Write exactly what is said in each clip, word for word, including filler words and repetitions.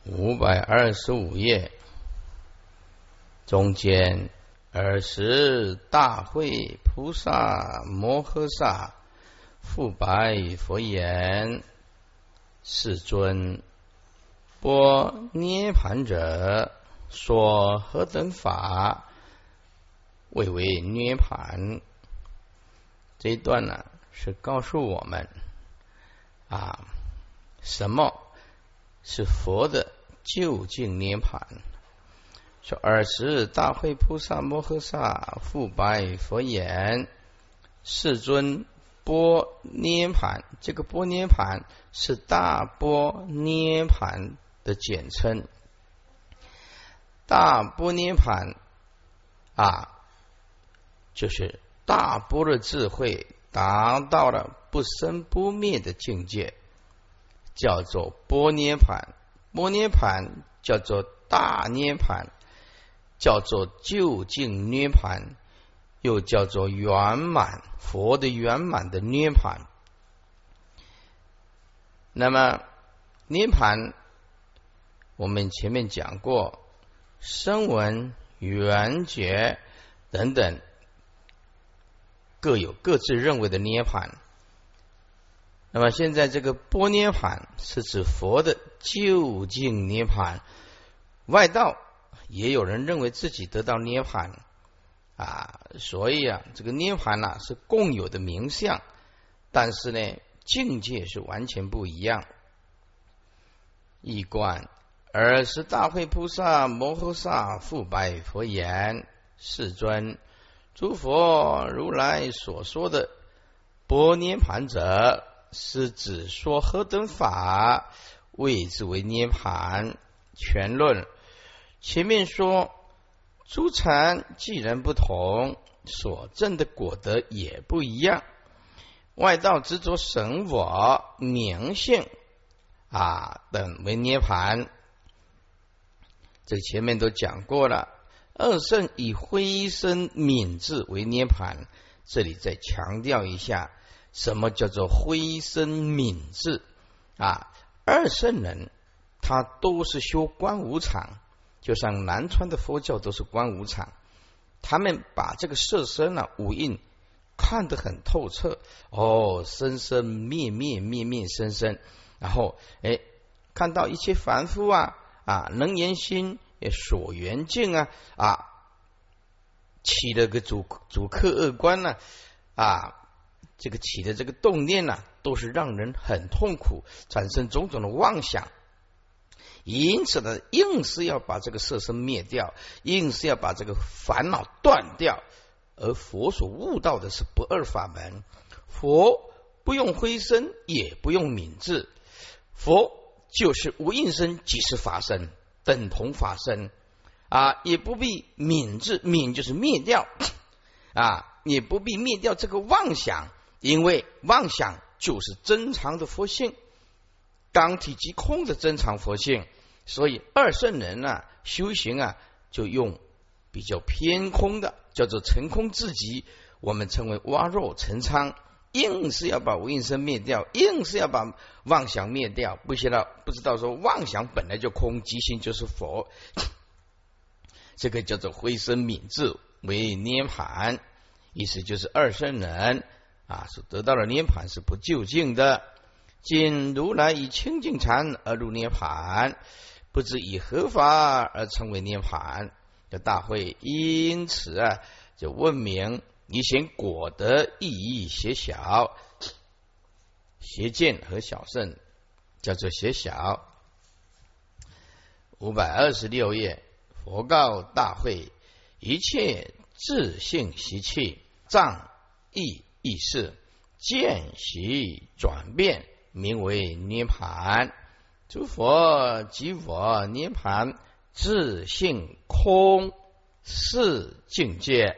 五百二十五页中间，尔时大会菩萨摩诃萨复白佛言：世尊，般涅盘者说何等法谓为涅盘？这一段呢，是告诉我们啊，什么是佛的究竟涅盘。说尔时大会菩萨摩诃萨复白佛言：世尊，般涅盘，这个般涅盘是大般涅盘的简称。大般涅盘啊，就是大般若智慧达到了不生不灭的境界，叫做般涅盘。般涅盘叫做大涅盘，叫做究竟涅盘，又叫做圆满，佛的圆满的涅盘。那么涅盘我们前面讲过，声闻、缘觉等等各有各自认为的涅盘。那么现在这个般涅盘是指佛的究竟涅盘。外道也有人认为自己得到涅盘啊，所以啊，这个涅盘啊是共有的名相，但是呢，境界是完全不一样。一观，尔时大会菩萨摩诃萨复白佛言：世尊，诸佛如来所说的般涅盘者，是指说何等法谓之为涅盘？全论前面说，诸禅既然不同，所证的果德也不一样。外道执着神我、名性啊等为涅盘，这前面都讲过了。二圣以慧生泯智为涅盘，这里再强调一下，什么叫做慧生泯智啊？二圣人他都是修观无常，就像南传的佛教都是观无常，他们把这个色身啊五蕴看得很透彻，哦，生生灭灭灭灭生生，然后哎看到一切凡夫啊啊能言心所缘境啊啊起了个主主客二观呢 啊, 啊这个起的这个动念呢、啊，都是让人很痛苦，产生种种的妄想。因此呢，硬是要把这个色身灭掉，硬是要把这个烦恼断掉。而佛所悟到的是不二法门，佛不用慧生，也不用泯智，佛就是无应身即是法身，等同法身啊，也不必泯智，泯就是灭掉啊，也不必灭掉这个妄想，因为妄想就是真常的佛性，刚体即空的真常佛性。所以二圣人啊修行啊就用比较偏空的，叫做成空至极，我们称为蛙肉成仓，硬是要把无应身灭掉，硬是要把妄想灭掉，不知道不知道说妄想本来就空，即性就是佛，这个叫做慧生泯智为涅盘。意思就是二圣人啊所得到的涅盘是不究竟的。今如来以清净禅而入涅盘，不知以何法而称为涅盘。这大会因此啊，就问明以前果德意义狭小，邪见和小圣叫做狭小。五百二十六页，佛告大会：一切自性习气，障意意识，见习转变，名为涅盘。诸佛即我涅盘，自性空是境界。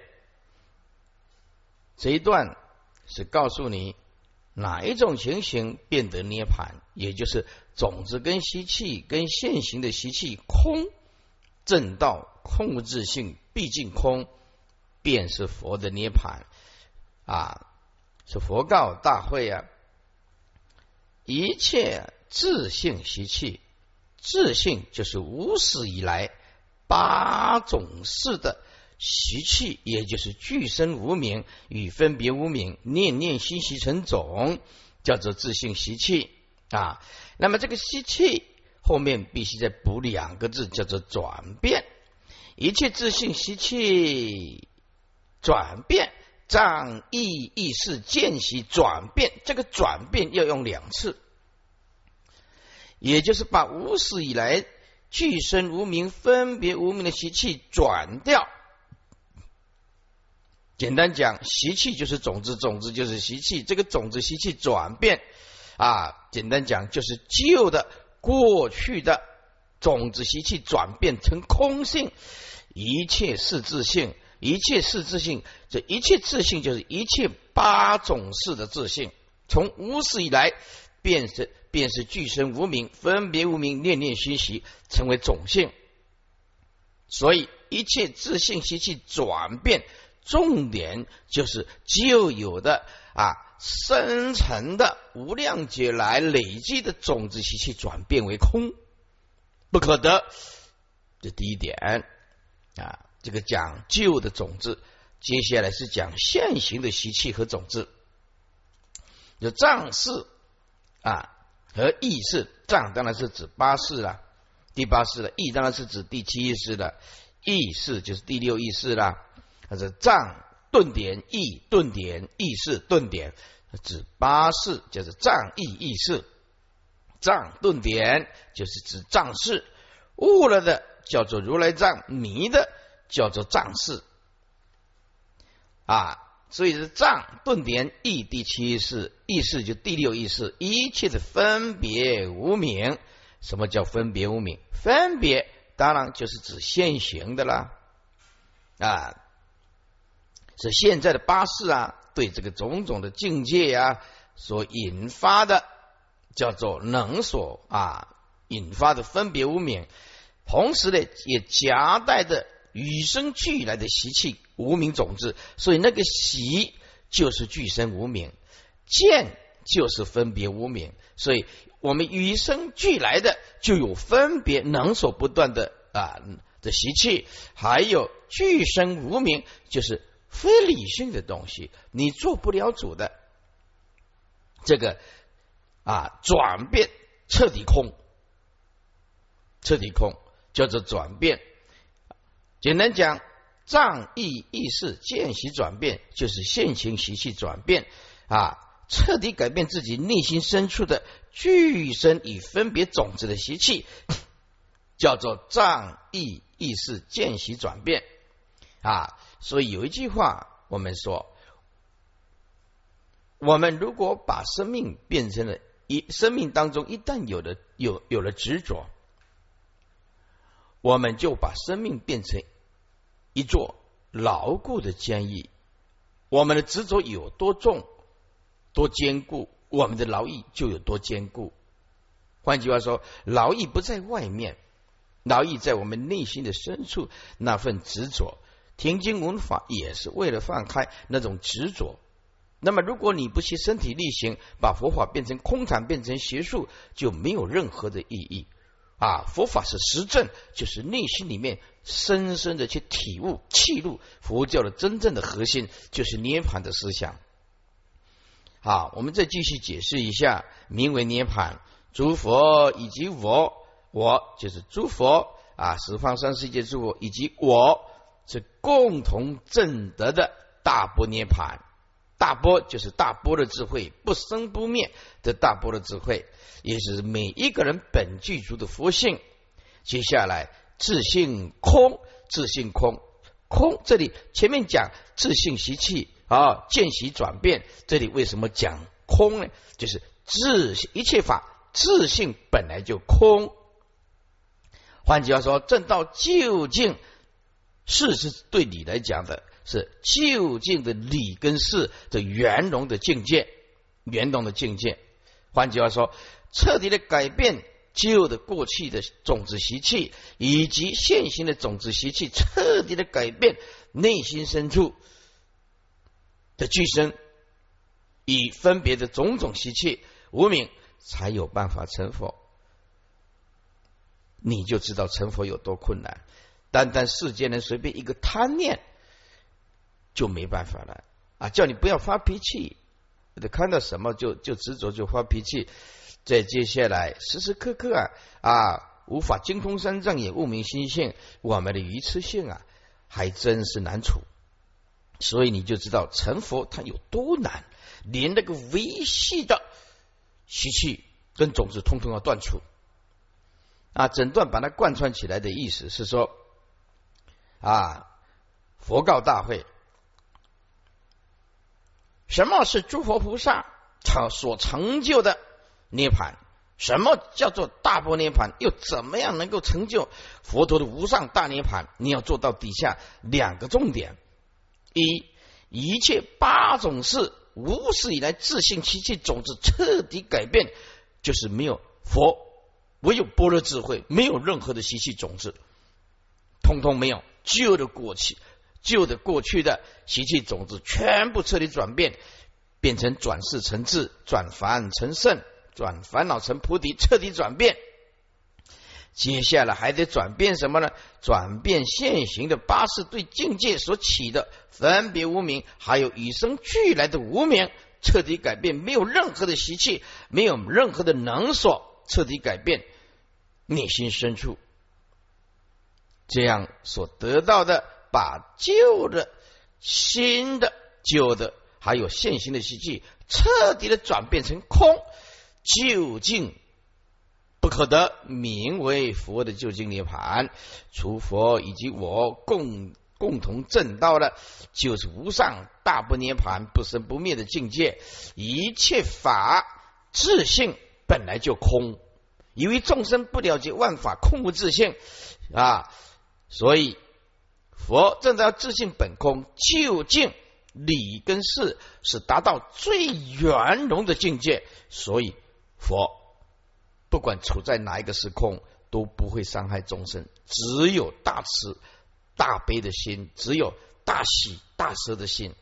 这一段是告诉你哪一种情形变得涅盘，也就是种子跟习气跟现行的习气空，正道空无自性，毕竟空，便是佛的涅盘啊！是佛告大会啊，一切自性习气自性就是无始以来八种事的习气，也就是具身无明与分别无明，念念心习成种，叫做自性习气啊。那么这个习气后面必须再补两个字，叫做转变。一切自性习气转变，障意意识见习转变，这个转变要用两次，也就是把无始以来具身无明分别无明的习气转掉。简单讲，习气就是种子，种子就是习气，这个种子习气转变啊，简单讲就是旧的过去的种子习气转变成空性，一切是自性，一切是自性，这一切自性就是一切八种事的自性，从无始以来便是便是具身无明分别无明念念心习成为种性，所以一切自性习气转变，重点就是旧有的啊生成的无量劫来累积的种子习气转变为空，不可得。这第一点啊，这个讲旧的种子，接下来是讲现行的习气和种子。有障识啊和意识，障当然是指八识了，第八识了；意当然是指第七意识了，意识就是第六意识了。它是障顿点意顿点意识顿点，指八识就是障意意识，障顿点就是指障识，悟了的叫做如来藏，迷的叫做障识啊。所以是障顿点意第七意识，意识就第六意识，一切的分别无明。什么叫分别无明？分别当然就是指现行的啦啊，是现在的八识啊，对这个种种的境界啊所引发的，叫做能所啊引发的分别无明。同时呢，也夹带着与生俱来的习气无明种子，所以那个习就是具身无明，见就是分别无明，所以我们与生俱来的就有分别能所不断的啊的习气，还有具身无明，就是非理性的东西，你做不了主的，这个啊转变彻底空，彻底空叫做转变。简单讲，障意意识见习转变，就是现行习气转变啊，彻底改变自己内心深处的具身与分别种子的习气，叫做障意意识见习转变啊。所以有一句话我们说，我们如果把生命变成了一生命当中一旦有了有有了执着，我们就把生命变成一座牢固的监狱。我们的执着有多重多坚固，我们的牢狱就有多坚固。换句话说，牢狱不在外面，牢狱在我们内心的深处，那份执着。听经闻法也是为了放开那种执着。那么如果你不去身体力行，把佛法变成空谈，变成学术，就没有任何的意义啊！佛法是实证，就是内心里面深深的去体悟契入佛教的真正的核心，就是涅槃的思想。好，我们再继续解释一下，名为涅槃，诸佛以及我，我就是诸佛啊，十方三世界诸佛以及我，是共同证得的大般涅槃。大般就是大般的智慧，不生不灭的大般的智慧，也是每一个人本具足的佛性。接下来自性空，自性空空，这里前面讲自性习气啊，见习转变，这里为什么讲空呢？就是自一切法自性本来就空。换句话说，正道究竟事是对你来讲的是究竟的理跟事的圆融的境界，圆融的境界。换句话说，彻底的改变旧的过去的种子习气，以及现行的种子习气，彻底的改变内心深处的具身以分别的种种习气无明，才有办法成佛。 你就知道成佛有多困难。单单世间人随便一个贪念就没办法了啊！叫你不要发脾气，看到什么就就执着就发脾气。再接下来时时刻刻啊啊，无法精通三藏，也悟明心性，我们的愚痴性啊，还真是难处。所以你就知道成佛它有多难，连那个维系的习气跟种子通通要断除啊！整段把它贯穿起来的意思是说啊，佛告大会，什么是诸佛菩萨所成就的涅槃？什么叫做大波涅槃？又怎么样能够成就佛陀的无上大涅槃？你要做到底下两个重点：一，一切八种事无始以来自性习气种子彻底改变，就是没有佛，唯有般若智慧，没有任何的习气种子，通通没有。旧的过去，旧的过去的习气种子全部彻底转变，变成转世成智，转凡成圣，转烦恼成菩提，彻底转变。接下来还得转变什么呢？转变现行的八识对境界所起的分别无明，还有与生俱来的无明，彻底改变，没有任何的习气，没有任何的能所，彻底改变内心深处。这样所得到的，把旧的、新的、旧的，还有现行的习气，彻底的转变成空，究竟不可得，名为佛的究竟涅槃。除佛以及我共共同证道的，就是无上大不涅槃，不生不灭的境界。一切法自性本来就空，由于众生不了解万法空无自性啊，所以佛证到自性本空，究竟理跟事是达到最圆融的境界。所以佛不管处在哪一个时空，都不会伤害众生，只有大慈大悲的心，只有大喜大舍的心。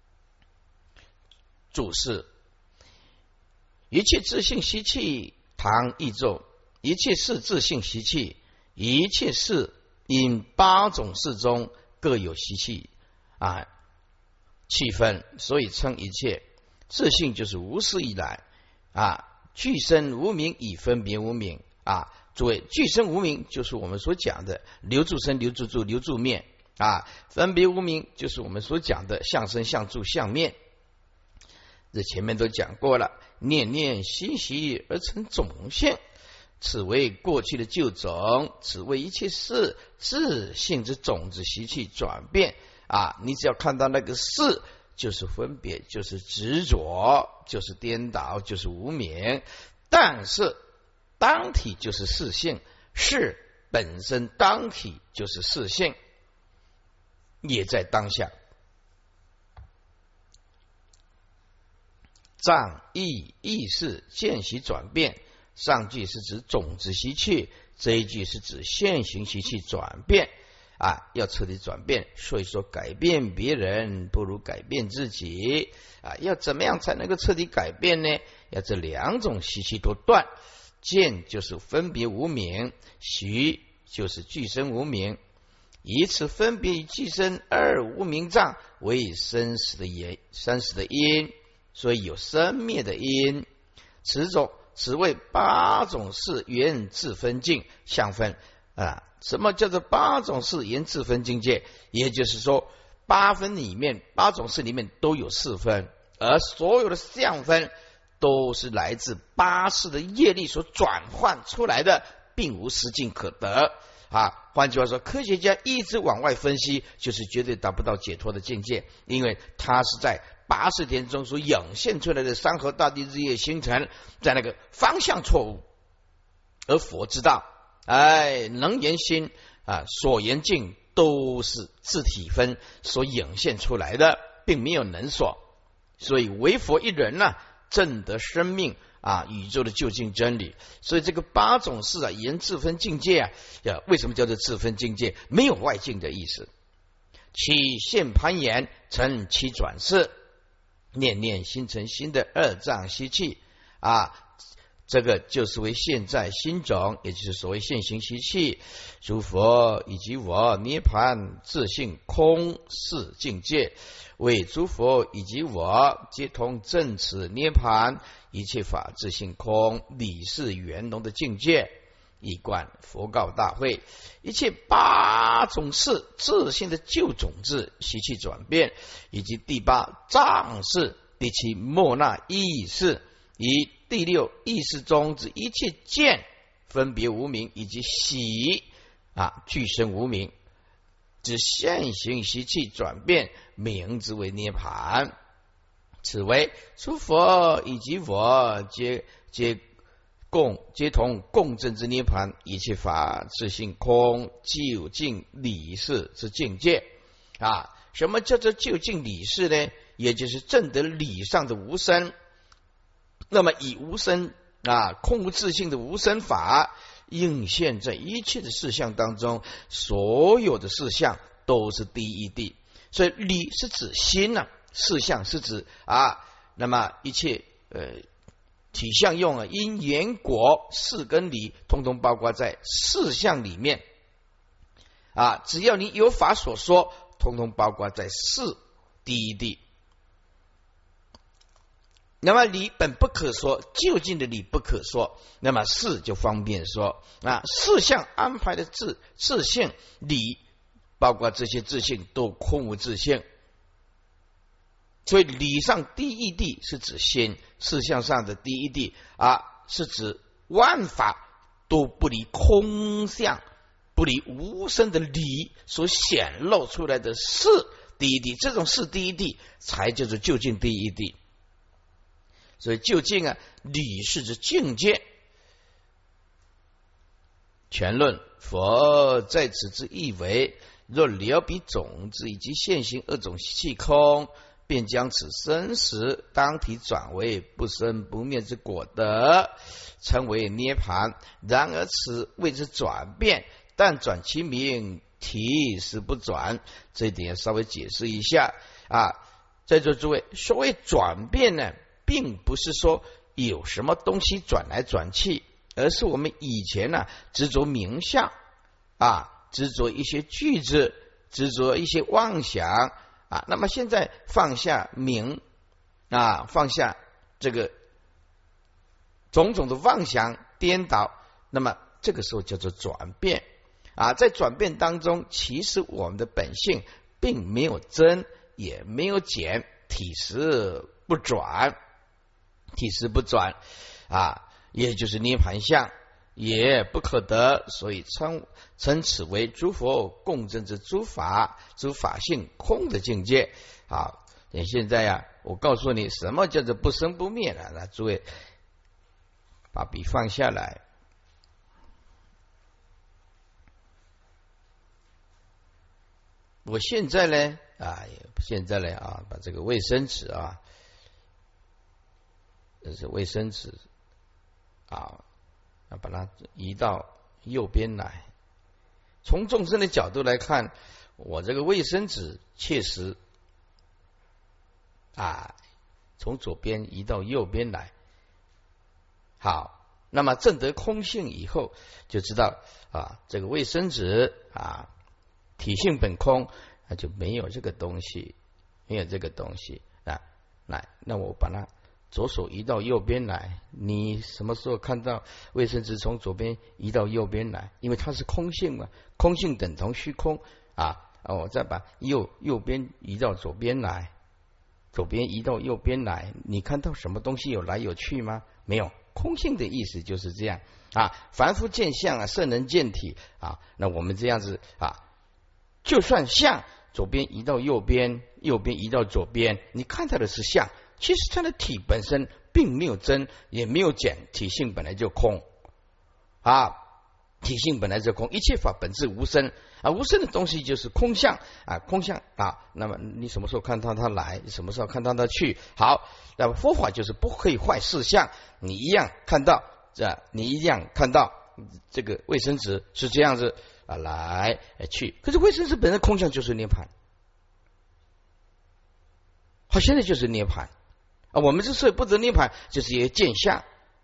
注释：一切自性习气，唐译咒，一切是自性习气，一切是因八种事中各有习气啊气分，所以称一切自性就是无始以来啊具生无明，以分别无明啊。诸位，具生无明就是我们所讲的留住生、留住住、留住灭啊；分别无明就是我们所讲的相生、相住、相灭。这前面都讲过了，念念习习而成种性，此为过去的旧种，此为一切事自性之种子习气转变啊！你只要看到那个事，就是分别，就是执着，就是颠倒，就是无明。但是当体就是事性，事本身当体就是事性，也在当下。藏意意识见习转变，上句是指种子习气，这一句是指现行习气转变啊，要彻底转变。所以说改变别人不如改变自己啊，要怎么样才能够彻底改变呢？要这两种习气都断，见就是分别无明，习就是具生无明，以此分别与具生二无明障为生死的因，生死的因，所以有生灭的因。此种此为八种事缘自分境相分啊。什么叫做八种事缘自分境界？也就是说，八分里面，八种事里面都有四分，而所有的相分都是来自八世的业力所转换出来的，并无实境可得啊。换句话说，科学家一直往外分析，就是绝对达不到解脱的境界，因为它是在八十天中所涌现出来的山河大地日夜星辰，在那个方向错误。而佛知道，哎，能言心啊，所言境都是自体分所涌现出来的，并没有能所，所以唯佛一人呢、啊，证得生命啊，宇宙的究竟真理。所以这个八种事啊，言自分境界啊，为什么叫做自分境界？没有外境的意思。起现攀岩，成其转世，念念心成心的二障习气啊， 这个就是为现在心种，也就是所谓现行习气。诸佛以及我涅盘自性空四境界，为诸佛以及我皆同证此涅盘一切法自性空理事圆融的境界。一观佛告大会，一切八种事自性的旧种子习气转变，以及第八障事，第七莫那意识，以第六意识中之一切见分别无明，以及喜啊俱生无明之现行习气转变，名之为涅盘。此为诸佛以及我皆皆共皆同共振之涅盘，一切法自性空究竟理事之境界啊。什么叫做究竟理事呢？也就是证得理上的无生。那么以无生啊空无自性的无生法应现在一切的事项当中，所有的事项都是第一谛。所以理是指心啊，事项是指啊，那么一切呃体相用啊，因缘果事跟理，通通包括在事项里面啊。只要你有法所说，通通包括在事第一谛。那么理本不可说，究竟的理不可说，那么事就方便说啊。事项安排的自自性理，包括这些自性都空无自性。所以理上第一谛是指心，事项上的第一谛啊，是指万法都不离空相，不离无生的理所显露出来的是第一谛，这种是第一谛才叫做究竟第一谛。所以究竟啊，理是指境界。全论佛在此之意为，若了彼种子以及现行二种气空，便将此生时当体转为不生不灭之果德，称为涅盘。然而此谓之转变，但转其名，体实不转。这一点稍微解释一下啊。在座诸位，所谓转变呢，并不是说有什么东西转来转去，而是我们以前呢、啊、执着名相啊，执着一些句子，执着一些妄想啊。那么现在放下名啊，放下这个种种的妄想颠倒，那么这个时候叫做转变啊。在转变当中，其实我们的本性并没有增也没有减，体实不转，体实不转啊，也就是涅盘相也不可得，所以称称此为诸佛共振之诸法诸法性空的境界啊。你现在呀、啊，我告诉你什么叫做不生不灭了。那诸位把笔放下来，我现在呢啊，现在呢啊，把这个卫生纸啊，这是卫生纸啊，要把它移到右边来。从众生的角度来看，我这个卫生纸确实啊，从左边移到右边来。好，那么证得空性以后，就知道啊，这个卫生纸啊，体性本空，那就没有这个东西，没有这个东西啊。来，那我把它左手移到右边来，你什么时候看到卫生纸从左边移到右边来？因为它是空性嘛，空性等同虚空啊。啊，我再把右右边移到左边来，左边移到右边来，你看到什么东西有来有去吗？没有。空性的意思就是这样啊，凡夫见相啊，圣人见体啊。那我们这样子啊，就算相左边移到右边，右边移到左边，你看到的是相，其实它的体本身并没有增也没有减，体性本来就空啊，体性本来就空，一切法本质无生啊，无生的东西就是空相啊，空相啊。那么你什么时候看到它来，什么时候看到它去？好，那么佛法就是不可以坏事相，你一样看到这，你一样看到这个卫生纸是这样子啊，来去。可是卫生纸本身空相就是涅盘，好，现在就是涅盘啊。我们之所以不得涅盘，就是一个见相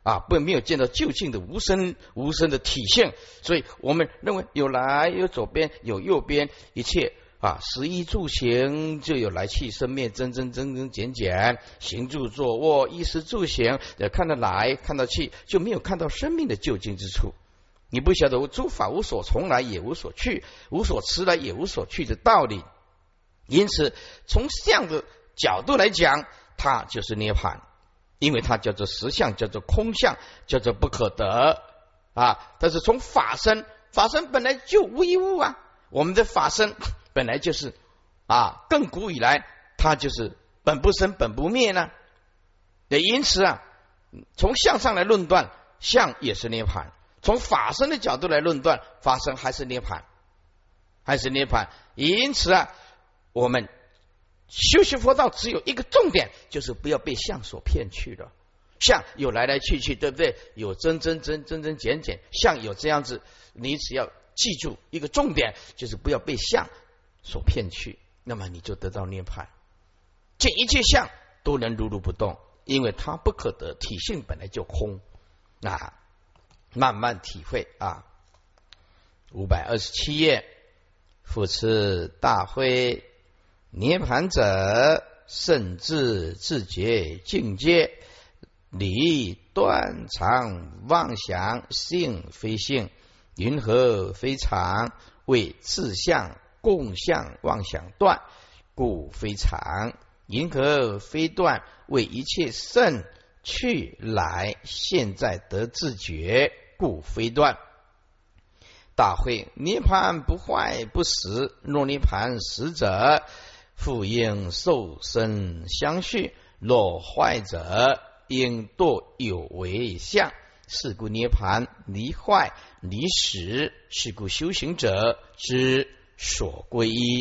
啊，不没有见到究竟的无生无生的体现，所以我们认为有来有左边有右边，一切啊食衣住行就有来去生灭增增增增减减，行住坐卧衣食住行，看到来看到去，就没有看到生命的究竟之处。你不晓得诸法无所从来也无所去，无所持来也无所去的道理。因此从相的角度来讲，它就是涅槃，因为它叫做实相，叫做空相，叫做不可得啊。但是从法身，法身本来就无一物啊，我们的法身本来就是啊，亘古以来它就是本不生本不灭呢。也因此啊，从相上来论断，相也是涅槃；从法身的角度来论断，法身还是涅槃，还是涅槃。因此啊，我们修习佛道只有一个重点，就是不要被相所骗去了。相有来来去去，对不对？有增增增增增减减，相有这样子，你只要记住一个重点，就是不要被相所骗去，那么你就得到涅槃。见一切相都能如如不动，因为它不可得，体性本来就空啊。慢慢体会啊。五百二十七页，复次大会，涅盘者，甚至自觉境界，离断常妄想，性非性，云何非常？为自相共相妄想断，故非常；云何非断？为一切胜去来现在得自觉，故非断。大会，涅盘不坏不死，若涅盘死者，复应受身相续；若坏者，应堕有为相。是故涅盘离坏离死，是故修行者之所归依。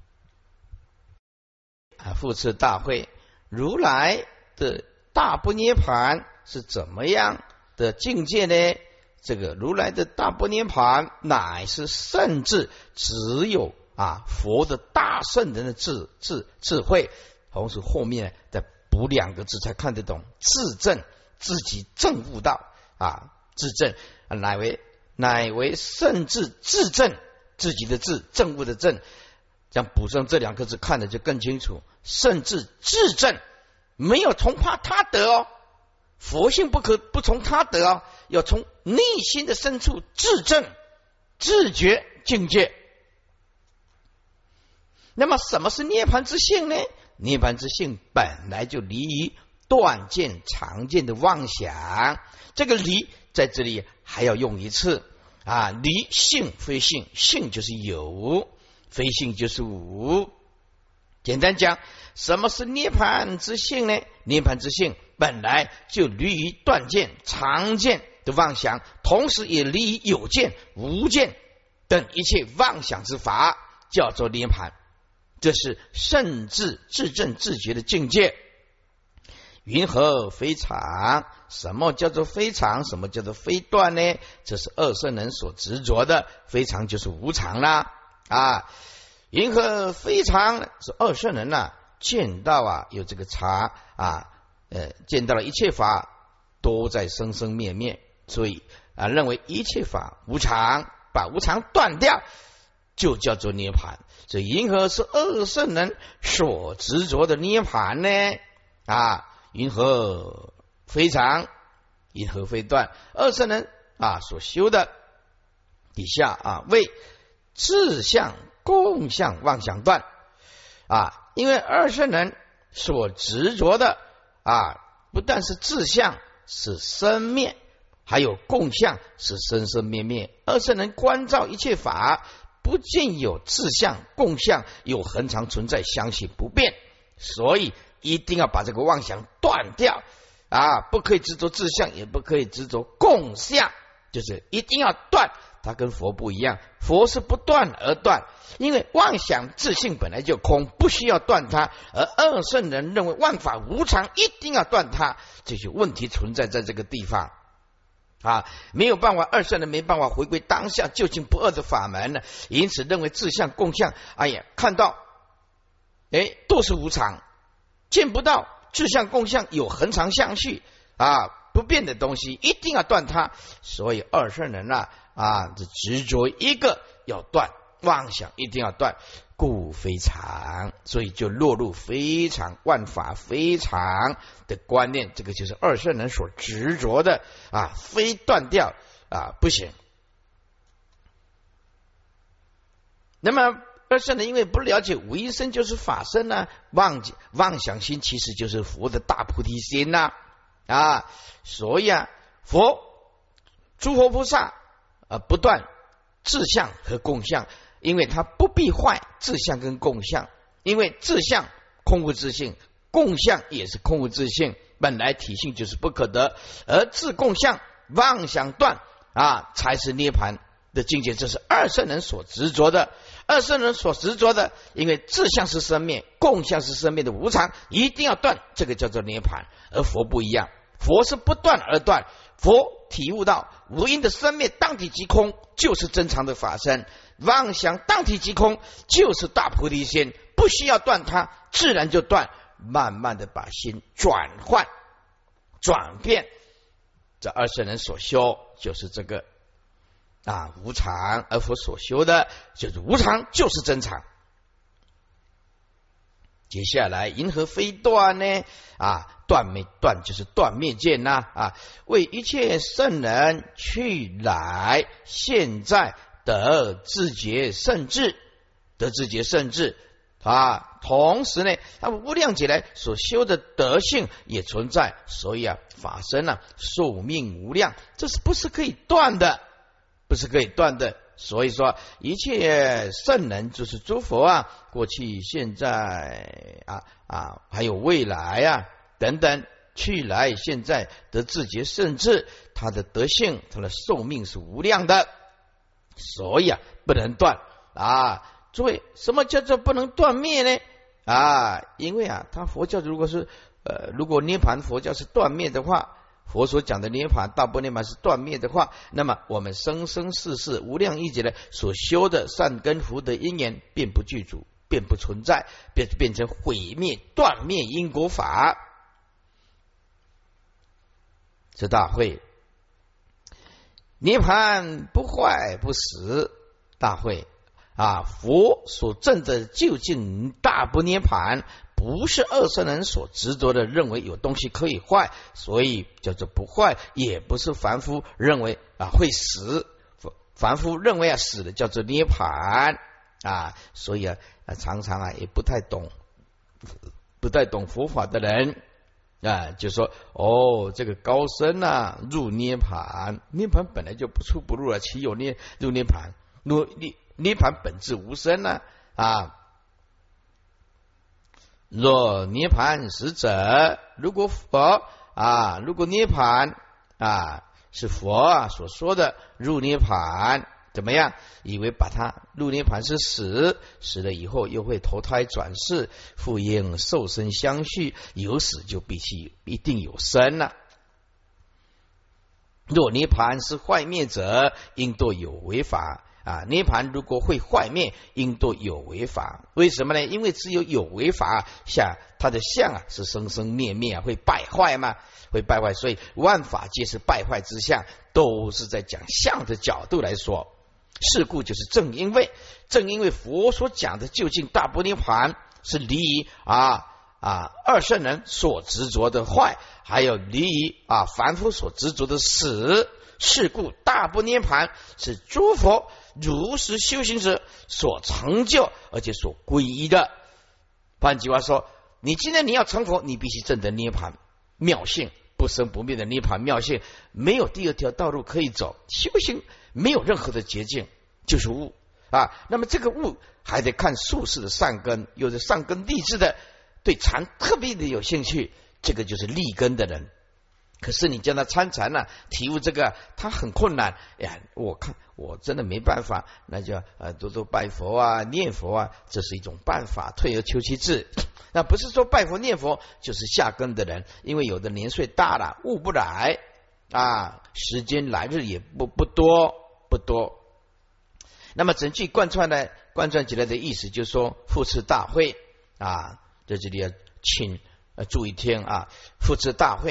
啊，复次大会，如来的大不涅盘是怎么样的境界呢？这个如来的大不涅盘乃是圣智，只有啊佛的大圣人的智智智慧，同时后面的补两个字才看得懂，自证，自己证悟到啊，自证乃为乃为圣智自证，自己的自，证悟的证，这样补上这两个字看的就更清楚。圣智自证，没有从怕他得哦，佛性不可不从他得哦，要从内心的深处自证自觉境界。那么什么是涅槃之性呢？涅槃之性本来就离于断见常见的妄想，这个离在这里还要用一次啊，离性非性，性就是有，非性就是无。简单讲，什么是涅槃之性呢？涅槃之性本来就离于断见常见的妄想，同时也离于有见无见等一切妄想之法，叫做涅槃。这是圣智自证自觉的境界。云何非常？什么叫做非常？什么叫做非断呢？这是二圣人所执着的，非常就是无常啦啊！云何非常？是二圣人啊，见到啊有这个常啊，呃，见到了一切法都在生生灭灭，所以啊认为一切法无常，把无常断掉，就叫做涅槃。这云何是二圣人所执着的涅槃呢？啊，云何非常？云何非断？二圣人啊所修的底下啊为自相共相妄想断啊，因为二圣人所执着的啊，不但是自相是生灭，还有共相是生生灭灭。二圣人观照一切法，不见有自相共相有恒常存在，相续不变，所以一定要把这个妄想断掉啊！不可以执着自相，也不可以执着共相，就是一定要断。它跟佛不一样，佛是不断而断，因为妄想自性本来就空，不需要断它；而二圣人认为万法无常，一定要断它，这些问题存在在这个地方啊，没有办法，二圣人没办法回归当下究竟不二的法门呢，因此认为自相共相，哎呀，看到哎都是无常，见不到自相共相有恒常相续啊， 不变的东西，一定要断它。所以二圣人啊啊，这执着一个要断，妄想一定要断，故非常，所以就落入非常万法非常的观念，这个就是二圣人所执着的啊，非断掉啊不行。那么二圣人因为不了解无一身就是法身呢、啊，忘记妄想心其实就是佛的大菩提心呐 啊, 啊，所以啊，佛诸佛菩萨啊不断自相和共相，因为他不必坏自相跟共相，因为自相空无自性，共相也是空无自性，本来体性就是不可得，而自共相妄想断啊，才是涅槃的境界。这是二圣人所执着的，二圣人所执着的，因为自相是生灭，共相是生灭的无常，一定要断，这个叫做涅槃。而佛不一样，佛是不断而断，佛体悟到无因的生灭当体即空，就是真常的法身，妄想当体即空，就是大菩提心，不需要断它，自然就断，慢慢的把心转换转变。这二圣人所修就是这个啊无常，而佛所修的就是无常，就是真常。接下来银河非断呢啊，断灭断就是断灭见呐 啊, 啊，为一切圣人去来现在得自觉圣智，得自觉圣智啊，同时呢，他们无量劫来所修的德性也存在，所以啊，法身啊，寿命无量，这是不是可以断的？不是可以断的。所以说，一切圣人就是诸佛啊，过去、现在啊啊，还有未来啊等等，去来现在得自觉圣智，他的德性、他的寿命是无量的，所以啊，不能断啊。诸位，什么叫做不能断灭呢？啊，因为啊，他佛教如果是呃，如果涅槃佛教是断灭的话，佛所讲的涅槃大波涅槃是断灭的话，那么我们生生世世无量亿劫来所修的善根福德因缘便不具足，便不存在，变变成毁灭断灭因果法。这大会涅槃不坏不死大会啊，佛所证的究竟大不涅槃，不是二圣人所执着的认为有东西可以坏，所以叫做不坏，也不是凡夫认为啊会死，凡夫认为啊死的叫做涅槃啊，所以啊常常啊也不太懂不太懂佛法的人啊，就说哦，这个高僧啊入涅槃，涅槃本来就不出不入了，岂有涅入涅槃？入涅涅槃本质无生呢 啊, 啊若涅槃使者，如果佛啊，如果涅槃啊是佛啊所说的入涅槃，怎么样？以为把它入涅槃是死，死了以后又会投胎转世，复应受生相续，有死就必须一定有生了、啊。若涅槃是坏灭者，应堕有为法。啊，涅槃如果会坏灭，应堕有为法。为什么呢？因为只有有为法下，它的相啊是生生灭灭啊，会败坏嘛，会败坏。所以万法皆是败坏之相，都是在讲相的角度来说。是故就是正因为正因为佛所讲的究竟大不涅槃是离于啊啊二圣人所执着的坏，还有离于啊凡夫所执着的死。是故大不涅槃是诸佛如实修行者所成就而且所皈依的。换句话说，你今天你要成佛，你必须证得涅槃妙性，不生不灭的涅槃妙性，没有第二条道路可以走，修行没有任何的捷径，就是悟啊。那么这个悟还得看术士的善根，有的善根立志的，对禅特别的有兴趣，这个就是立根的人。可是你叫他参禅呢，体悟这个他很困难。哎呀，我看我真的没办法，那就呃多多拜佛啊，念佛啊，这是一种办法，退而求其次。那不是说拜佛念佛就是下根的人，因为有的年岁大了，悟不来啊，时间来日也不不多不多。那么整句贯穿呢，贯穿起来的意思就是说，复次大会啊，在这里要请呃注意听啊，复次大会。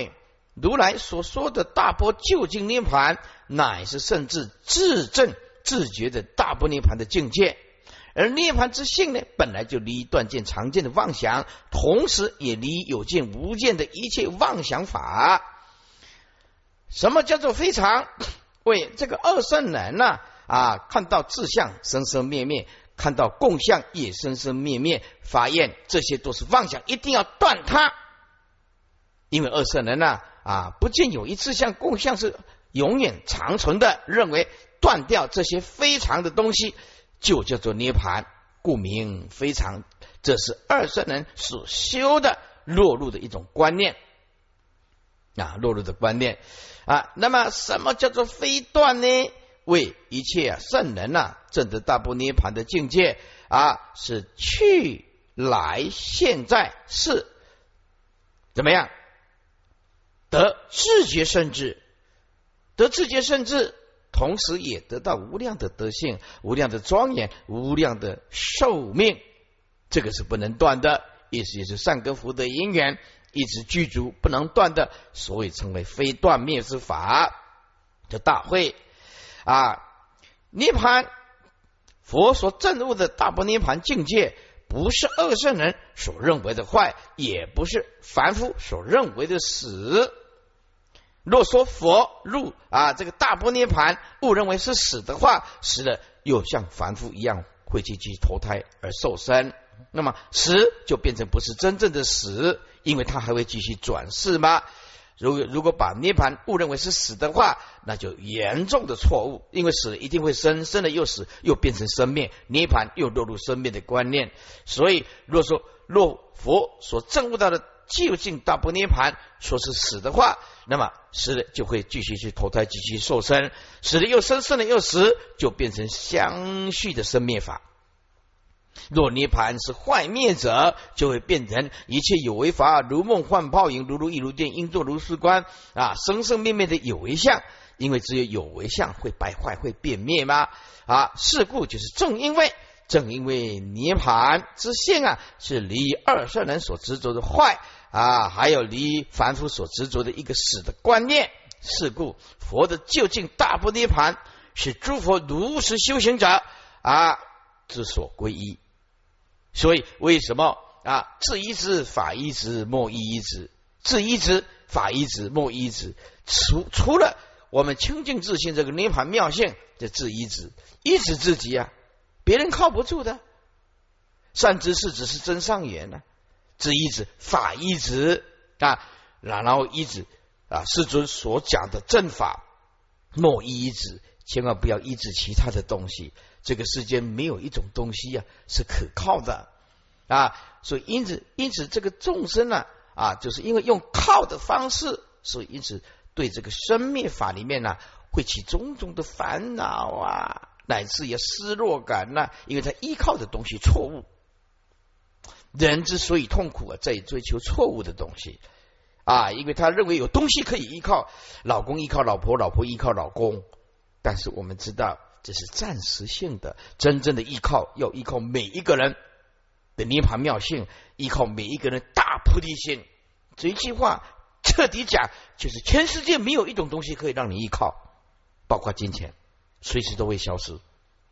如来所说的大般究竟涅盘，乃是甚至自证自觉的大般涅盘的境界。而涅盘之性呢，本来就离断见常见的妄想，同时也离有见无见的一切妄想法。什么叫做非常？为这个二圣人呢、啊，啊，看到自相生生灭灭，看到共相也生生灭灭，发现这些都是妄想，一定要断它。因为二圣人呢、啊，啊，不见有一自相共相是永远长存的，认为断掉这些非常的东西，就叫做涅盘，故名非常。这是二圣人所修的落入的一种观念啊，落入的观念啊。那么什么叫做非断呢？为一切啊圣人呐、啊，证得大般涅盘的境界啊，是去来现在是怎么样？得自觉圣智，得自觉圣智。同时也得到无量的德性、无量的庄严、无量的寿命，这个是不能断的，意思也是善根福德因缘一直具足不能断的，所以称为非断灭之法。这大会啊，涅盘佛所证悟的大般涅盘境界，不是二圣人所认为的坏，也不是凡夫所认为的死。若说佛入啊这个大般涅盘，误认为是死的话，死了又像凡夫一样会继续投胎而受生，那么死就变成不是真正的死，因为他还会继续转世吗？如果如果把涅盘误认为是死的话，那就严重的错误，因为死了一定会生，生了又死，又变成生灭，涅盘又落入生灭的观念。所以若说若佛所证悟到的究竟大般涅盘说是死的话，那么死了就会继续去投胎，继续受生，死了又生，生了又死，就变成相续的生灭法。若涅盘是坏灭者，就会变成一切有为法，如梦幻泡影，如如意如电，应作如是观啊，生生灭灭的有为相。因为只有有为相会败坏，会变灭吗？啊，是故就是正因为正因为涅盘之性啊，是离二圣人所执着的坏啊，还有离凡夫所执着的一个死的观念。是故佛的究竟大般涅盘，是诸佛如实修行者啊之所归依。所以为什么啊？自依止，法依止，莫依依止；自依止，法依止，莫依依止。除除了我们清净自性这个涅盘妙性的自依止，依止自己啊，别人靠不住的。善知识只是真上缘啊，自依止，法依止啊，然后依止啊，世尊所讲的正法，莫依依止，千万不要依止其他的东西。这个世间没有一种东西啊是可靠的啊，所以因此因此这个众生呢 啊, 啊，就是因为用靠的方式，所以因此对这个生灭法里面呢、啊，会起种种的烦恼啊，乃至于失落感呐、啊，因为他依靠的东西错误。人之所以痛苦啊，在于追求错误的东西啊，因为他认为有东西可以依靠，老公依靠老婆，老婆依靠老公，但是我们知道这是暂时性的，真正的依靠要依靠每一个人的涅槃妙性，依靠每一个人大菩提心。这一句话彻底讲，就是全世界没有一种东西可以让你依靠，包括金钱，随时都会消失，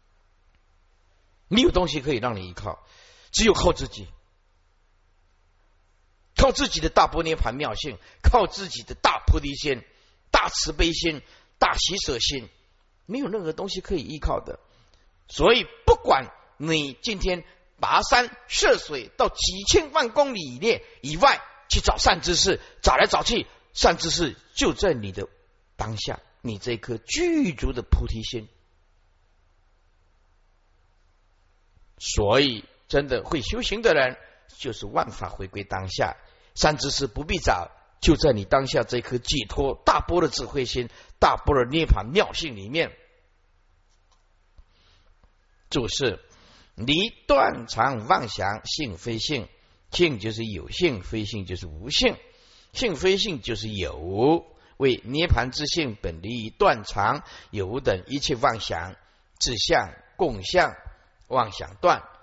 没有东西可以让你依靠，只有靠自己，靠自己的大般涅槃妙性，靠自己的大菩提心、大慈悲心、大喜舍心，没有任何东西可以依靠的。所以不管你今天跋山涉水到几千万公里以内以外去找善知识，找来找去，善知识就在你的当下，你这颗具足的菩提心。所以真的会修行的人，就是万法回归当下，善知识不必找，就在你当下这颗解脱大般的智慧心、大般的涅槃妙性里面。注释：离断常妄想，性非性，性就是有性，非性就是无性，性非性就是有。为涅槃之性本离于断常有等一切妄想，自相共相妄想断，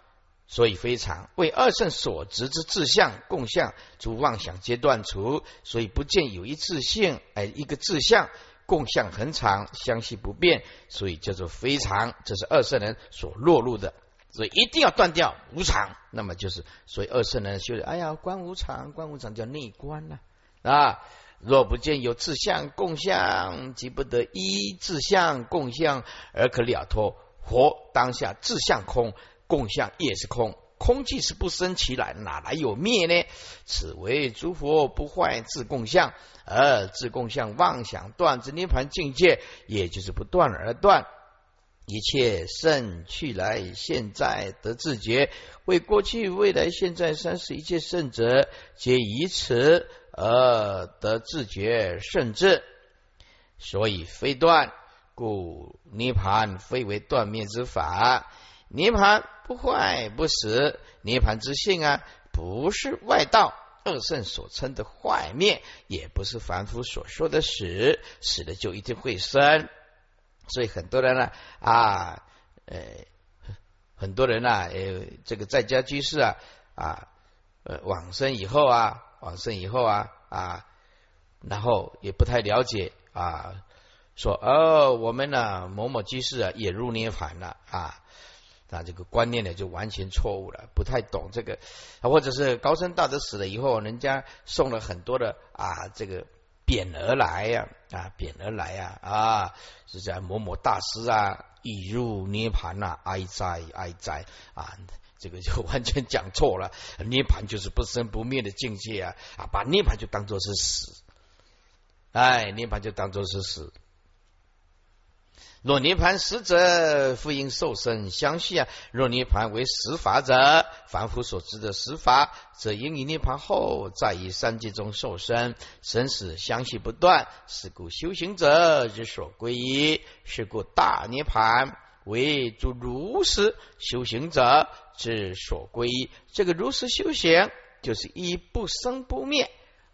所以非常为二圣所执之自相共相，诸妄想皆断除，所以不见有一自性，哎，一个自相共相恒常，相系不变，所以叫做非常。这是二圣人所落入的，所以一定要断掉无常。那么就是，所以二圣人修的，哎呀，观无常，观无常叫内观了啊。若不见有自相共相，即不得依自相共相而可了脱。活当下自相空，共相也是空，空既是不生其来，哪来有灭呢？此为诸佛不坏自共相，而自共相妄想断之涅盘境界，也就是不断而断。一切圣去来现在得自觉，为过去未来现在三世一切圣者，皆以此而得自觉圣智。所以非断，故涅盘非为断灭之法。涅盘不坏不死，涅盘之性啊，不是外道二圣所称的坏灭，也不是凡夫所说的死，死了就一定会生。所以很多人呢啊，呃，很多人啊，呃，这个在家居士啊啊，呃，往生以后啊，往生以后啊啊，然后也不太了解啊，说哦，我们呢某某居士啊也入涅盘了啊。那这个观念呢就完全错误了，不太懂这个，或者是高僧大德死了以后，人家送了很多的啊这个匾额来呀啊匾额来呀啊，是这样某某大师啊已入涅盘呐、啊，哀哉哀哉啊，这个就完全讲错了。涅盘就是不生不灭的境界啊啊，把涅盘就当作是死，哎，涅盘就当作是死。若涅盘实者，复应受生相续啊。若涅盘为实法者，凡夫所知的实法，则应于涅盘后，在于三界中受生，生死相续不断。是故修行者之所归依，是故大涅盘为诸如实修行者之所归依。这个如实修行，就是以不生不灭，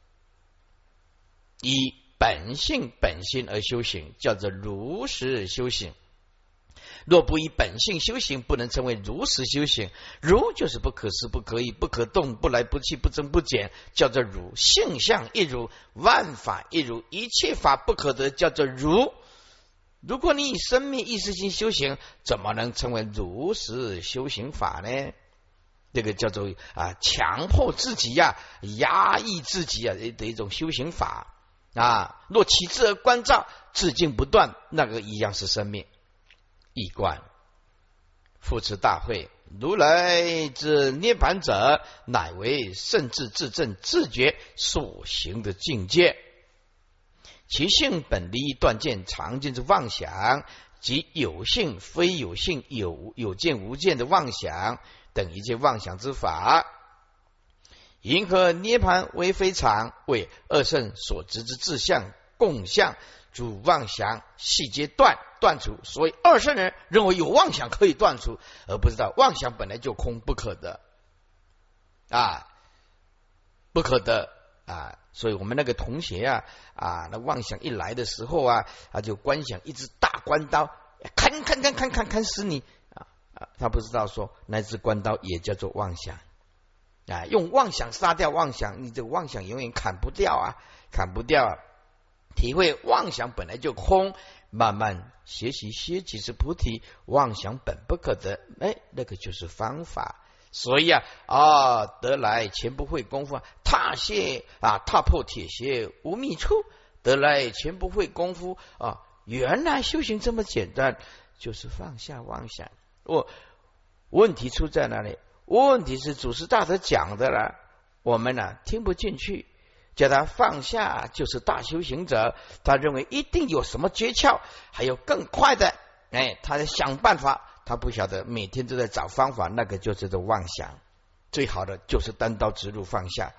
以本性本心而修行，叫做如实修行。若不以本性修行，不能称为如实修行。如就是不可思不可议不可动，不来不去不增不减，叫做如。性相一如，万法一如，一切法不可得，叫做如。如果你以生命意识心修行，怎么能称为如实修行法呢？这个叫做啊，强迫自己呀、啊，压抑自己啊的一种修行法。啊，若起智而观照，自净不断，那个一样是生命。一观复持大会，如来之涅盘者，乃为圣智自证自觉所行的境界。其性本离断见常见之妄想，即有性非有性、有有见无见的妄想等一切妄想之法。银河涅盘为非常，为二圣所执之自相共相，诸妄想细皆断断除。所以二圣人认为有妄想可以断除，而不知道妄想本来就空不可得啊，不可得啊。所以我们那个同学啊啊，那妄想一来的时候啊，他就观想一支大关刀，砍砍砍砍砍砍死你啊啊！他不知道说那支关刀也叫做妄想。啊，用妄想杀掉妄想，你这个妄想永远砍不掉啊，砍不掉啊！体会妄想本来就空，慢慢学习学几次菩提，妄想本不可得，哎，那个就是方法。所以啊啊，得来全不会功夫，踏屑啊，踏破铁鞋无觅处，得来全不会功夫啊，原来修行这么简单，就是放下妄想。我问题出在哪里？问题是祖师大德讲的了，我们呢、啊、听不进去，叫他放下就是大修行者，他认为一定有什么诀窍，还有更快的，哎，他在想办法，他不晓得每天都在找方法，那个就叫做妄想。最好的就是单刀直入放下。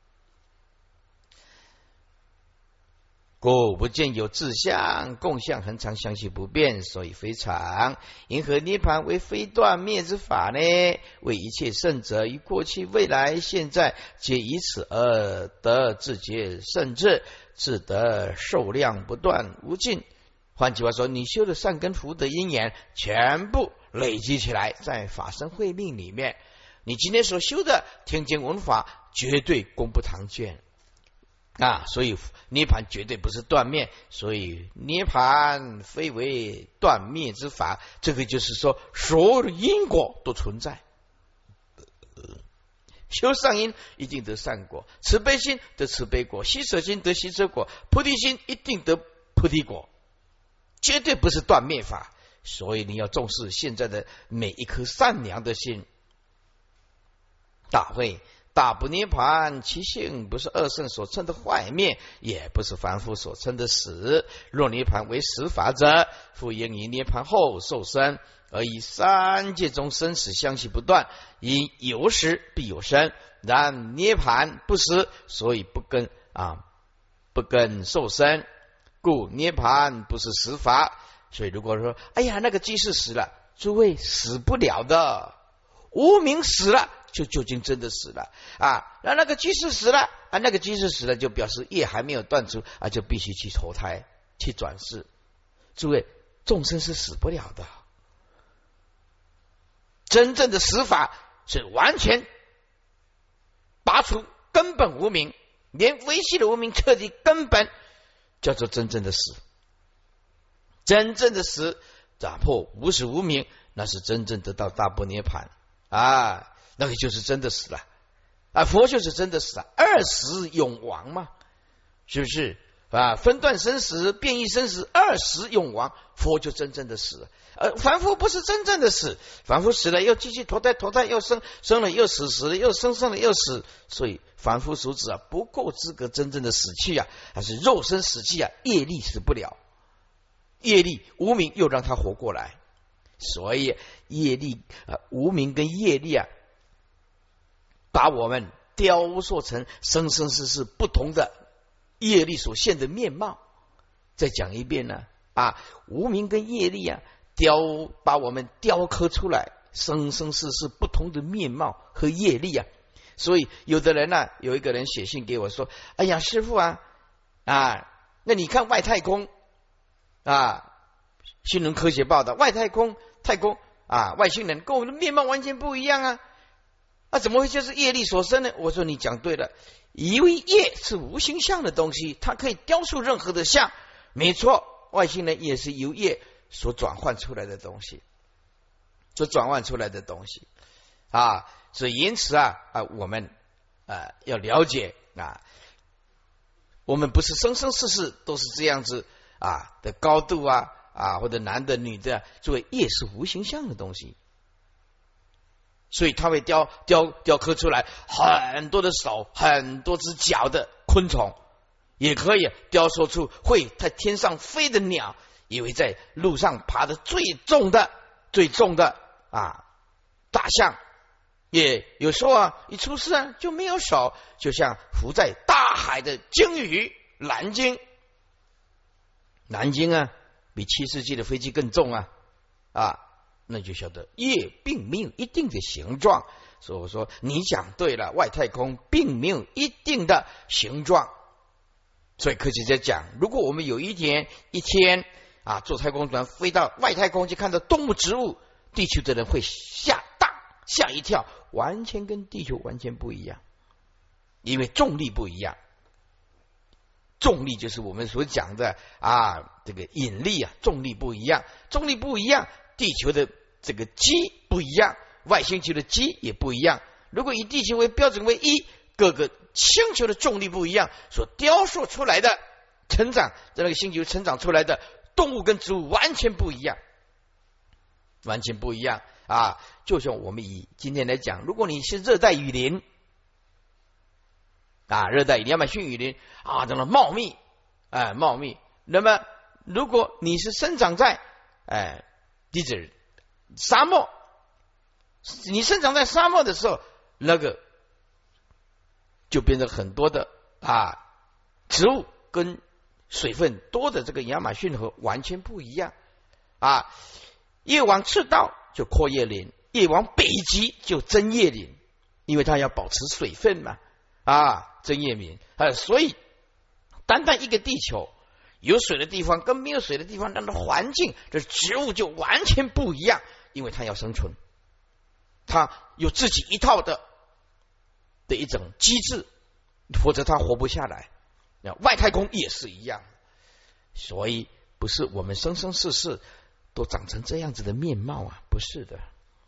故不见有自相共相恒常相续不变，所以非常。银河涅盘为非断灭之法呢？为一切圣者于过去未来现在，皆以此而得自觉圣智，自得寿量不断无尽。换句话说，你修的善根福德因缘，全部累积起来，在法身慧命里面，你今天所修的听经闻法，绝对功不唐捐啊！所以涅盘绝对不是断灭，所以涅盘非为断灭之法。这个就是说，所有的因果都存在。修善因一定得善果，慈悲心得慈悲果，喜舍心得喜舍果，菩提心一定得菩提果，绝对不是断灭法。所以你要重视现在的每一颗善良的心。大会大不涅盘，其性不是二圣所称的坏灭，也不是凡夫所称的死。若涅盘为实法者，复应以涅盘后受生，而以三界中生死相续不断，因有时必有生。然涅盘不实，所以不跟啊不跟受生，故涅盘不是实法。所以如果说哎呀那个居士死了，诸位死不了的，无名死了就究竟真的死了啊！那那个居士死了啊，那个居士死了就表示业还没有断除啊，就必须去投胎去转世。诸位，众生是死不了的，真正的死法是完全拔除根本无明，连维系的无明彻底根本，叫做真正的死。真正的死，打破无始无明，那是真正得到大般涅盘啊，那个就是真的死了啊！佛就是真的死了，二死永亡嘛，是不是啊？分段生死，变异生死，二死永亡，佛就真正的死了。而凡夫不是真正的死，凡夫死了又继续投胎，投胎又生，生了又死，死了又生，生了又死。所以凡夫俗子啊，不够资格真正的死去啊，还是肉身死去啊，业力死不了，业力无明又让他活过来。所以业力啊，无明跟业力啊，把我们雕塑成生生世世不同的业力所现的面貌。再讲一遍呢啊，无明跟业力啊，雕把我们雕刻出来生生世世不同的面貌和业力啊。所以有的人呢、啊，有一个人写信给我说：“哎呀，师父啊啊，那你看外太空啊，新闻科学报道外太空太空啊，外星人跟我们的面貌完全不一样啊。”啊，怎么会就是业力所生呢？我说你讲对了，因为业是无形象的东西，它可以雕塑任何的像，没错，外星人也是由业所转换出来的东西，所转换出来的东西啊，所以因此啊啊，我们啊要了解啊，我们不是生生世世都是这样子啊的高度啊啊，或者男的女的，作为业是无形象的东西。所以它会雕雕雕刻出来很多的手，很多只脚的昆虫，也可以雕塑出会在天上飞的鸟，也会在路上爬的最重的最重的啊大象，也有时候啊一出事啊就没有手，就像浮在大海的鲸鱼蓝鲸，蓝鲸啊比七世纪的飞机更重啊啊。那就晓得业并没有一定的形状，所以我说你讲对了，外太空并没有一定的形状。所以科学家讲，如果我们有一天一天啊坐太空船飞到外太空去看到动物植物，地球的人会吓大吓一跳，完全跟地球完全不一样，因为重力不一样。重力就是我们所讲的啊这个引力啊，重力不一样，重力不一样，地球的这个基不一样，外星球的基也不一样。如果以地球为标准为一，各个星球的重力不一样，所雕塑出来的成长在那个星球成长出来的动物跟植物完全不一样，完全不一样啊！就像我们以今天来讲，如果你是热带雨林啊，热带亚马逊雨林啊，这种茂密哎茂密，那么如果你是生长在哎地质沙漠，你生长在沙漠的时候，那个就变成很多的啊植物跟水分多的这个亚马逊河完全不一样啊。越往赤道就阔叶林，越往北极就针叶林，因为它要保持水分嘛啊，针叶林啊，所以单单一个地球有水的地方跟没有水的地方，它的环境这植物就完全不一样， 因为它要生存，它有自己一套的的一种机制，否则它活不下来。外太空也是一样，所以不是我们生生世世都长成这样子的面貌啊，不是的。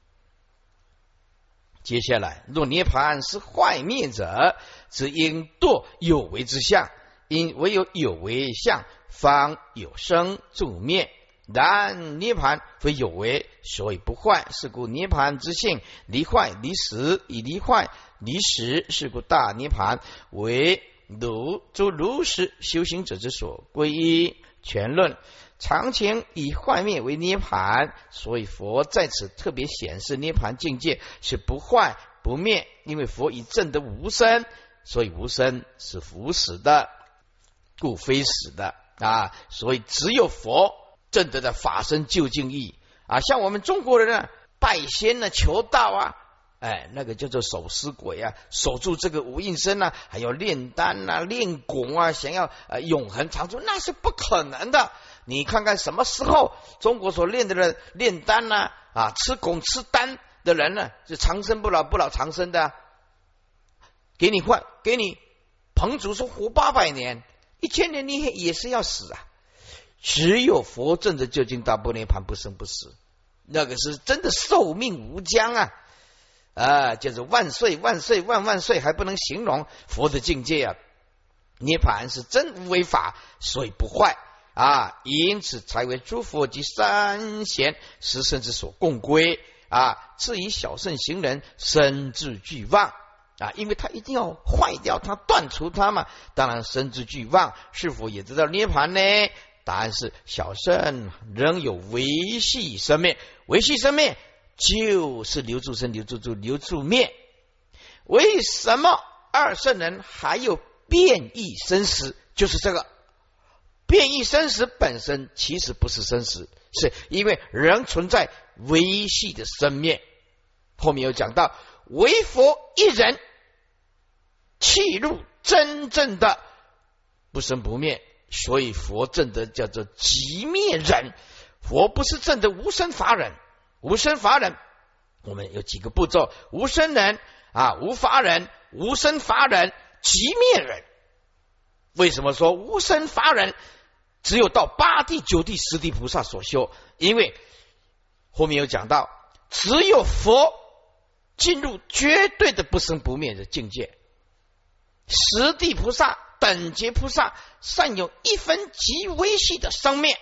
接下来，若涅盘是坏灭者，则应堕有为之相，因唯有有为相，方有生住灭。然涅盘非有为，所以不坏。是故涅盘之性，离坏离实，以离坏离实，是故大涅盘为如诸如实修行者之所归依。全论常情以坏灭为涅盘，所以佛在此特别显示涅盘境界是不坏不灭，因为佛已证得无生，所以无生是无死的，故非死的啊。所以只有佛证得的法身究竟义啊。像我们中国人呢，拜仙呢，求道啊，哎，那个叫做守尸鬼啊，守住这个无应身啊，还有炼丹啊、炼汞啊，想要呃永恒长住，那是不可能的。你看看什么时候中国所炼的人炼丹呢、啊？啊，吃汞吃丹的人呢，是长生不老、不老长生的、啊。给你换，给你彭祖说活八百年、一千年，你也是要死啊。只有佛证的究竟大般涅盘不生不死，那个是真的寿命无疆啊！啊，就是万岁万岁万万岁，还不能形容佛的境界啊！涅盘是真无为法，所以不坏啊，因此才为诸佛及三贤十圣之所共归啊。至于小圣行人，深自俱忘啊，因为他一定要坏掉，他断除他嘛，当然深自俱忘。是否也知道涅盘呢？答案是小圣仍有维系生灭，维系生灭就是留住生、留住住、留住灭。为什么二圣人还有变异生死？就是这个变异生死本身其实不是生死，是因为仍存在维系的生灭。后面有讲到，唯佛一人契入真正的不生不灭，所以佛证的叫做寂灭人。佛不是证的无生法忍，无生法忍我们有几个步骤：无生人啊，无法忍，无生法忍，寂灭人。为什么说无生法忍只有到八地九地十地菩萨所修？因为后面有讲到，只有佛进入绝对的不生不灭的境界，十地菩萨等觉菩萨尚有一分极微细的生灭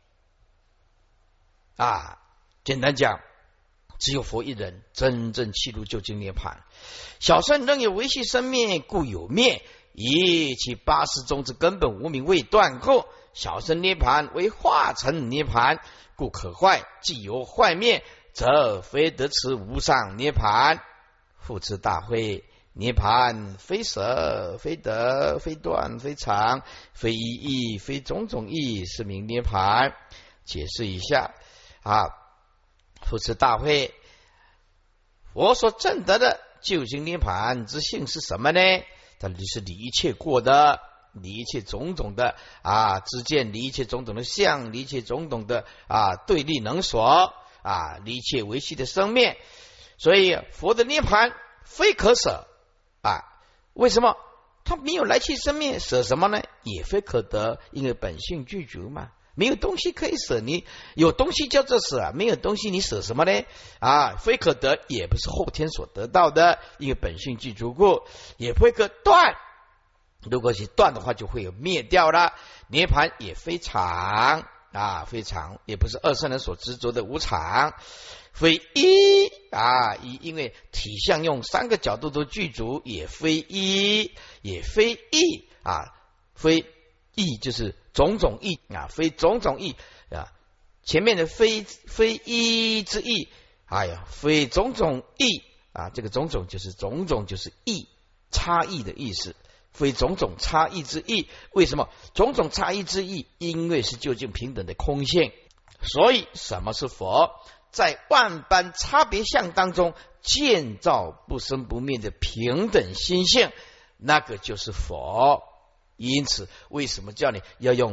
啊。简单讲，只有佛一人真正契入究竟涅盘。小圣仍有微细生灭，故有灭，以其八识中之根本无明未断后，小圣涅盘为化成涅盘，故可坏。既有坏灭，则非得此无上涅盘。复次大会，涅盘非舍，非得，非断，非常，非一义，非种种义，是名涅盘。解释一下啊，复次大会，我所证得的究竟涅盘之性是什么呢？它就是离一切过的，离一切种种的啊知见，离一切种种的相，离一切种种的啊对立能所啊，离一切维系的生灭。所以佛的涅盘非可舍啊。为什么？他没有来去生灭，舍什么呢？也非可得，因为本性具足嘛。没有东西可以舍，你有东西叫做舍，没有东西你舍什么呢？啊，非可得，也不是后天所得到的，因为本性具足故，也不会可断。如果是断的话，就会有灭掉了。涅盘也非常啊，非常，也不是二圣人所执着的无常，非一啊一，因为体相用三个角度都具足，也非一，也非异啊，非异就是种种异啊，非种种异啊，前面的非非一之异，哎呀，非种种异啊，这个种种就是种种就是异，差异的意思。非种种差异之异，为什么种种差异之异？因为是究竟平等的空性。所以什么是佛？在万般差别相当中建造不生不灭的平等心性，那个就是佛。因此为什么叫你要用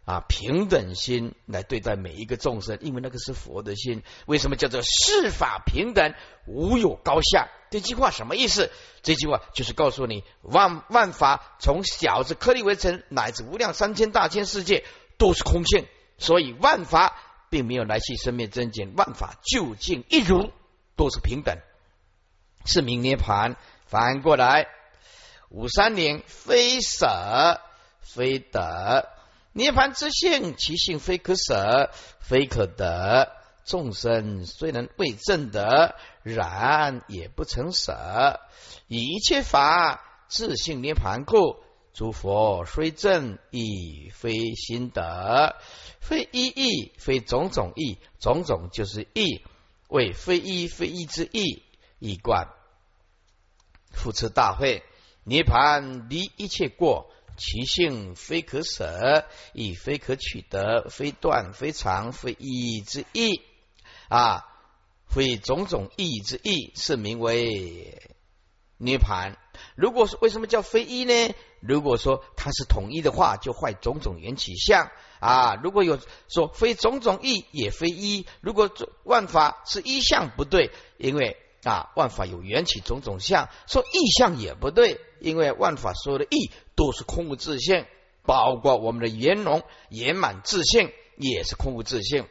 啊平等心来对待每一个众生，因为那个是佛的心。为什么叫做世法平等，无有高下？这句话什么意思？这句话就是告诉你，万万法从小至颗粒微尘，乃至无量三千大千世界，都是空性。所以万法并没有来去生灭增减，万法究竟一如，都是平等，是名涅盘。反过来，五三零非舍非得，涅盘之性，其性非可舍非可得。众生虽能未证得，然也不成舍。以一切法自性涅盘故，诸佛虽证，亦非心得。非一义，非种种义，种种就是义，为非一非一之义，义观。复次大会，涅盘离一切过，其性非可舍，亦非可取得，非断非常，非义之义啊，非种种义之义，是名为涅盘。如果说为什么叫非一呢？如果说它是统一的话，就坏种种缘起相啊。如果有说非种种义也非一，如果万法是一相不对，因为啊万法有缘起种种相，说义相也不对，因为万法所有的义都是空无自性，包括我们的圆融圆满自性也是空无自性，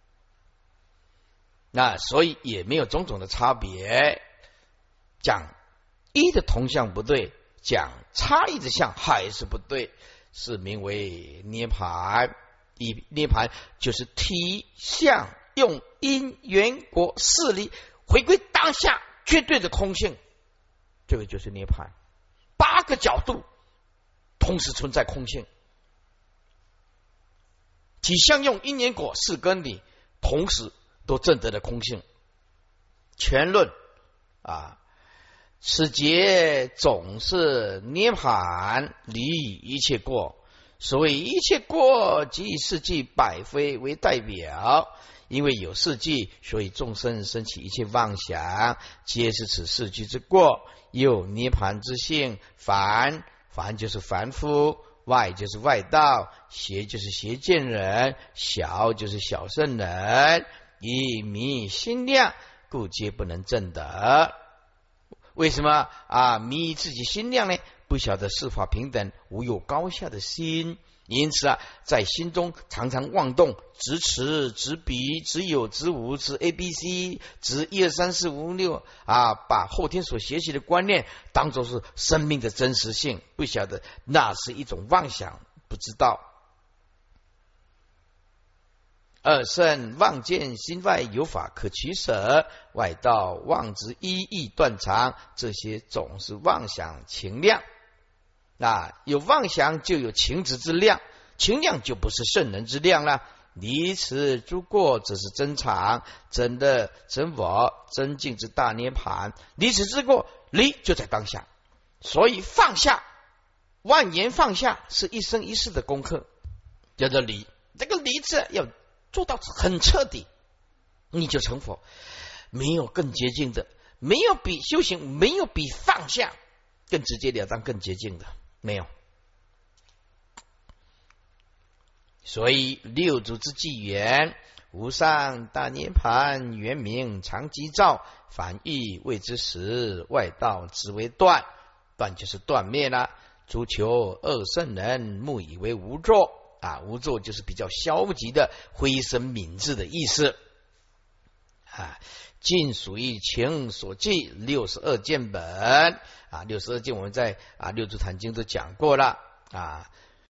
那所以也没有种种的差别。讲一的同相不对，讲差异之相还是不对，是名为涅盘。以涅盘就是体相用因缘果事理回归当下绝对的空性，这个就是涅盘。八个角度同时存在空性，体相用因缘果事根理同时都证得了空性。全论啊，此劫总是涅盘离一切过。所谓一切过，即以世纪百非为代表。因为有世纪，所以众生生起一切妄想，皆是此世纪之过。有涅盘之性，凡凡就是凡夫，外就是外道，邪就是邪见人，小就是小圣人。以迷心量，故皆不能证得。为什么啊？迷自己心量呢？不晓得世法平等，无有高下的心，因此啊，在心中常常妄动，执此执彼，执有执无，执 A B C， 执一二三四五六啊，把后天所学习的观念当作是生命的真实性，不晓得那是一种妄想，不知道。二圣妄见心外有法可取舍，外道妄执一义断常，这些总是妄想情量。啊，有妄想就有情执之量，情量就不是圣人之量了。离此诸过，这是真常，真的真我真境之大涅盘。离此之过，离就在当下，所以放下，万言放下是一生一世的功课，叫做离。这个离字要做到很彻底，你就成佛。没有更捷径的，没有比修行，没有比放下更直截了当、更捷径的，没有。所以六祖之纪元，无上大涅盘，原名常寂照，凡欲谓之实，外道之为断。断就是断灭了。诸求二圣人，目以为无作啊，无作就是比较消极的、灰深泯智的意思啊。尽属于情所记，六十二见本啊，六十二见我们在啊六祖坛经都讲过了啊。